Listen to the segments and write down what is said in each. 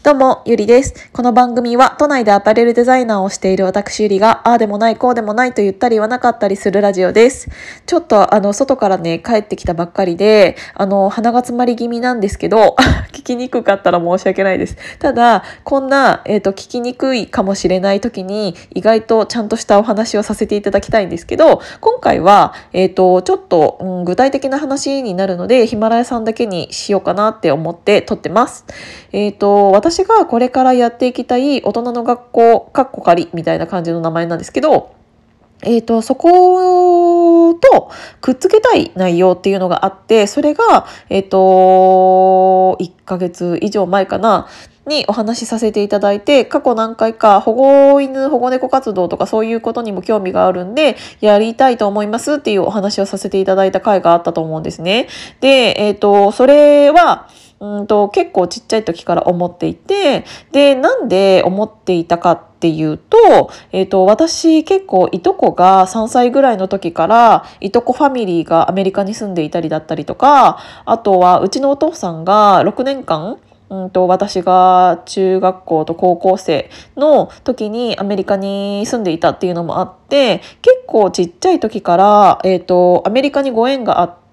どうも、ゆりです。この番組は都内でアパレルデザイナーをしている私ゆりが、ああでもないこうでもないと言ったり言わなかったりするラジオです。ちょっと外からね、帰ってきたばっかりで、鼻が詰まり気味なんですけど、聞きにくかったら申し訳ないです。ただ、こんな、聞きにくいかもしれない時に、意外とちゃんとしたお話をさせていただきたいんですけど、今回は、ちょっと、具体的な話になるので、ヒマラヤさんだけにしようかなって思って撮ってます。私がこれからやっていきたい大人の学校、かっこ仮みたいな感じの名前なんですけど、そことくっつけたい内容っていうのがあって、それが、1ヶ月以上前かな、にお話しさせていただいて、過去何回か保護犬、保護猫活動とかそういうことにも興味があるんで、やりたいと思いますっていうお話をさせていただいた回があったと思うんですね。で、それは、結構ちっちゃい時から思っていて、で、なんで思っていたかっていうと、私結構いとこが3歳ぐらいの時からいとこファミリーがアメリカに住んでいたりだったりとか、あとはうちのお父さんが6年間私が中学校と高校生の時にアメリカに住んでいたっていうのもあって、結構ちっちゃい時から、アメリカにご縁があって、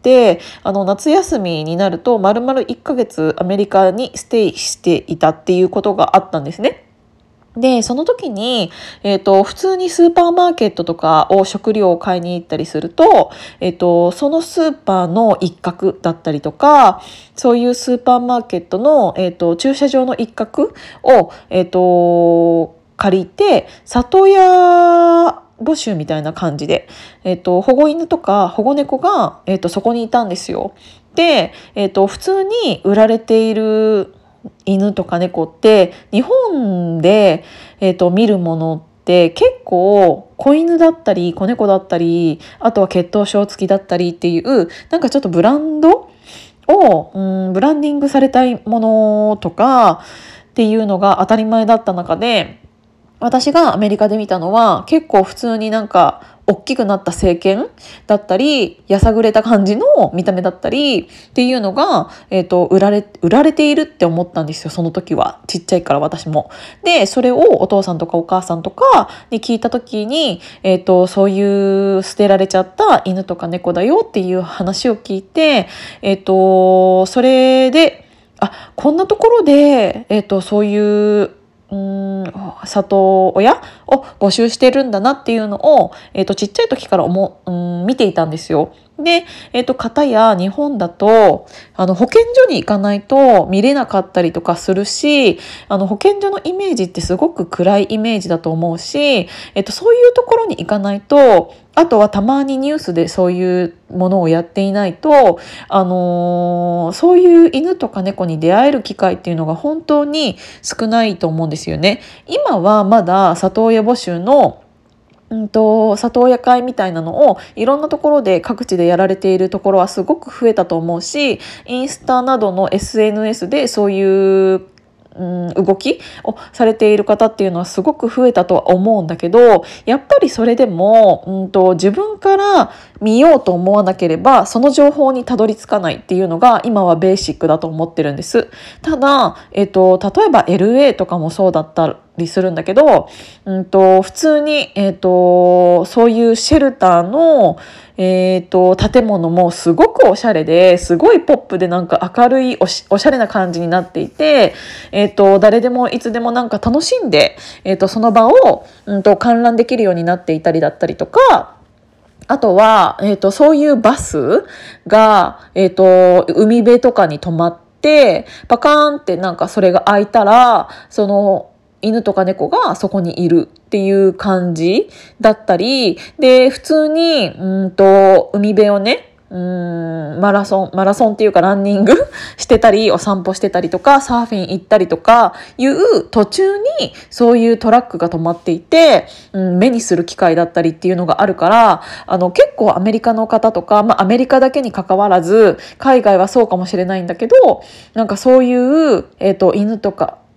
夏休みになると丸々1ヶ月アメリカにステイしていたっていうことがあったんですね。で、その時に、普通にスーパーマーケットとかを食料を買いに行ったりすると、そのスーパーの一角だったりとか、そういうスーパーマーケットの、駐車場の一角を、借りて、里親募集みたいな感じで、保護犬とか保護猫が、そこにいたんですよ。で、普通に売られている犬とか猫って日本で、見るものって結構子犬だったり子猫だったり、あとは血統症付きだったりっていうなんかちょっとブランドを、ブランディングされたいものとかっていうのが当たり前だった中で、私がアメリカで見たのは結構普通になんか大きくなった成犬だったり、やさぐれた感じの見た目だったりっていうのが、売られているって思ったんですよ、その時は。ちっちゃいから私も。で、それをお父さんとかお母さんとかに聞いた時に、そういう捨てられちゃった犬とか猫だよっていう話を聞いて、それで、こんなところで、そういう里親を募集してるんだなっていうのを、ちっちゃい時から見ていたんですよ。で、片や日本だと保健所に行かないと見れなかったりとかするし、保健所のイメージってすごく暗いイメージだと思うし、そういうところに行かないと、あとはたまにニュースでそういうものをやっていないと、そういう犬とか猫に出会える機会っていうのが本当に少ないと思うんですよね。今はまだ里親募集の里親会みたいなのをいろんなところで各地でやられているところはすごく増えたと思うし、インスタなどの SNS でそういう動きをされている方っていうのはすごく増えたとは思うんだけど、やっぱりそれでも、自分から見ようと思わなければその情報にたどり着かないっていうのが今はベーシックだと思ってるんです。ただ、例えば LA とかもそうだったりするんだけど、普通に、そういうシェルターの建物もすごくおしゃれですごいポップでなんか明るいおしゃれな感じになっていて、誰でもいつでもなんか楽しんで、その場を、観覧できるようになっていたりだったりとか、あとは、そういうバスが、海辺とかに止まってパカーンってなんかそれが開いたら、その犬とか猫がそこにいるっていう感じだったりで、普通に海辺をね、マラソンっていうかランニングしてたり、お散歩してたりとか、サーフィン行ったりとかいう途中にそういうトラックが止まっていて、目にする機会だったりっていうのがあるから、結構アメリカの方とか、アメリカだけに関わらず海外はそうかもしれないんだけど、なんかそういう、犬とか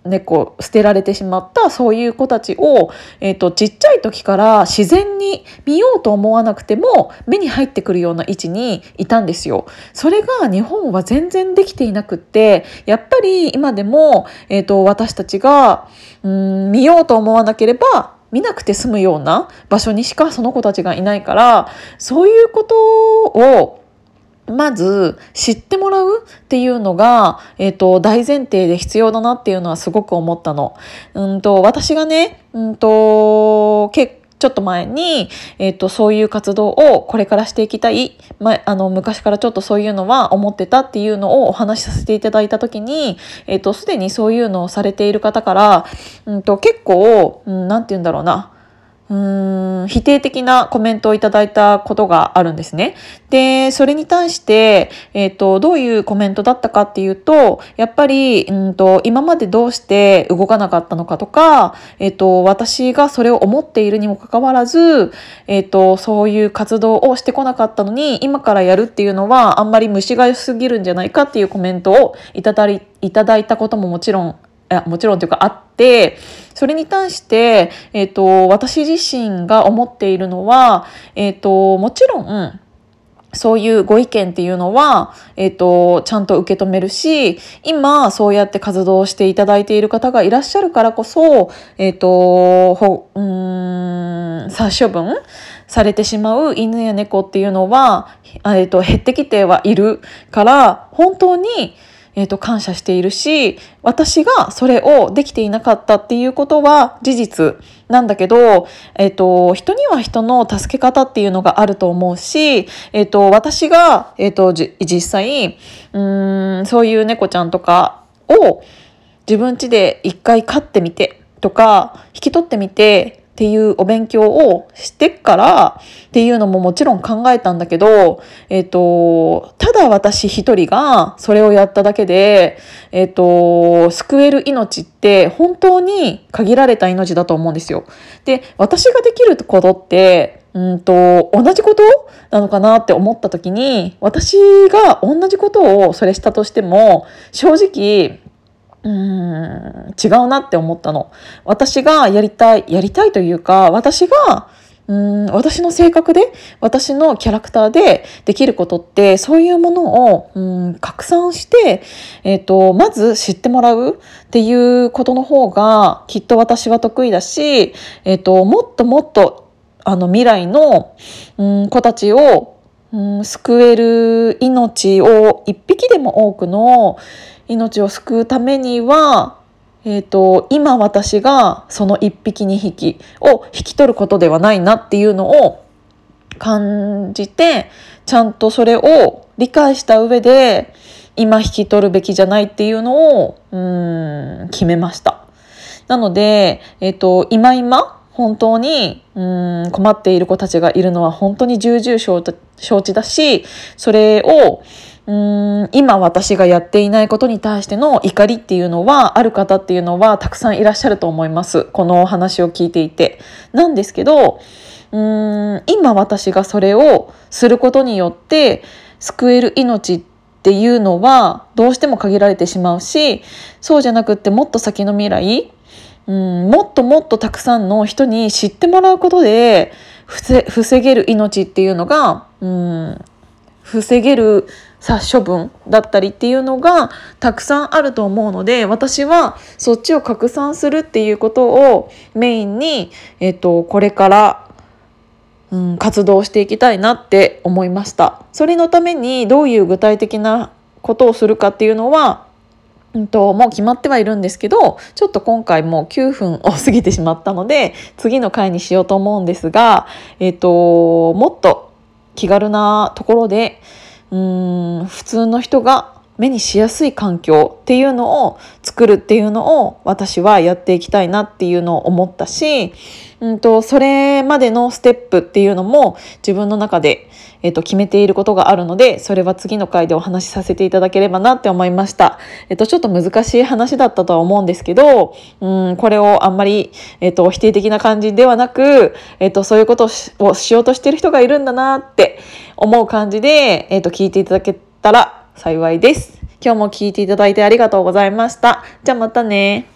猫捨てられてしまったそういう子たちを、ちっちゃい時から自然に見ようと思わなくても目に入ってくるような位置にいたんですよ。それが日本は全然できていなくって、やっぱり今でも、私たちが見ようと思わなければ見なくて済むような場所にしかその子たちがいないから、そういうことをまず知ってもらうっていうのが、大前提で必要だなっていうのはすごく思ったの。私がね、ちょっと前に、そういう活動をこれからしていきたい、昔からちょっとそういうのは思ってたっていうのをお話しさせていただいた時に、すでにそういうのをされている方から、結構、なんて言うんだろうな、否定的なコメントをいただいたことがあるんですね。で、それに対して、どういうコメントだったかっていうと、やっぱり、今までどうして動かなかったのかとか、私がそれを思っているにもかかわらず、そういう活動をしてこなかったのに、今からやるっていうのはあんまり虫が良すぎるんじゃないかっていうコメントをいただいたことももちろんというかあって、それに対して、私自身が思っているのは、もちろんそういうご意見っていうのは、ちゃんと受け止めるし、今そうやって活動していただいている方がいらっしゃるからこそ、殺処分されてしまう犬や猫っていうのは、減ってきてはいるから、本当に感謝しているし、私がそれをできていなかったっていうことは事実なんだけど、人には人の助け方っていうのがあると思うし、私が、実際そういう猫ちゃんとかを自分家で一回飼ってみてとか引き取ってみてっていうお勉強をしてからっていうのももちろん考えたんだけど、ただ私一人がそれをやっただけで、救える命って本当に限られた命だと思うんですよ。で、私ができることって同じことなのかなって思った時に、私が同じことをそれしたとしても正直違うなって思ったの。私がやりたいというか、私が私の性格で、私のキャラクターでできることって、そういうものを拡散して、まず知ってもらうっていうことの方がきっと私は得意だし、もっともっと未来の子たちを救える命を一匹でも多くの命を救うためには、今私がその一匹二匹を引き取ることではないなっていうのを感じて、ちゃんとそれを理解した上で今引き取るべきじゃないっていうのを決めました。なので、今本当に困っている子たちがいるのは本当に重々承知だし、それを今私がやっていないことに対しての怒りっていうのはある方っていうのはたくさんいらっしゃると思います。このお話を聞いていて。なんですけど、今私がそれをすることによって救える命っていうのはどうしても限られてしまうし、そうじゃなくってもっと先の未来、もっともっとたくさんの人に知ってもらうことで防げる命っていうのが防げる殺処分だったりっていうのがたくさんあると思うので、私はそっちを拡散するっていうことをメインに、これから、活動していきたいなって思いました。それのためにどういう具体的なことをするかっていうのはもう決まってはいるんですけど、ちょっと今回もう9分を過ぎてしまったので次の回にしようと思うんですが、もっと気軽なところで普通の人が目にしやすい環境っていうのを作るっていうのを私はやっていきたいなっていうのを思ったし、それまでのステップっていうのも自分の中で、決めていることがあるので、それは次の回でお話しさせていただければなって思いました。ちょっと難しい話だったとは思うんですけど、これをあんまり、否定的な感じではなく、そういうことをしようとしている人がいるんだなって思う感じで、聞いていただけたら幸いです。今日も聞いていただいてありがとうございました。じゃあまたね。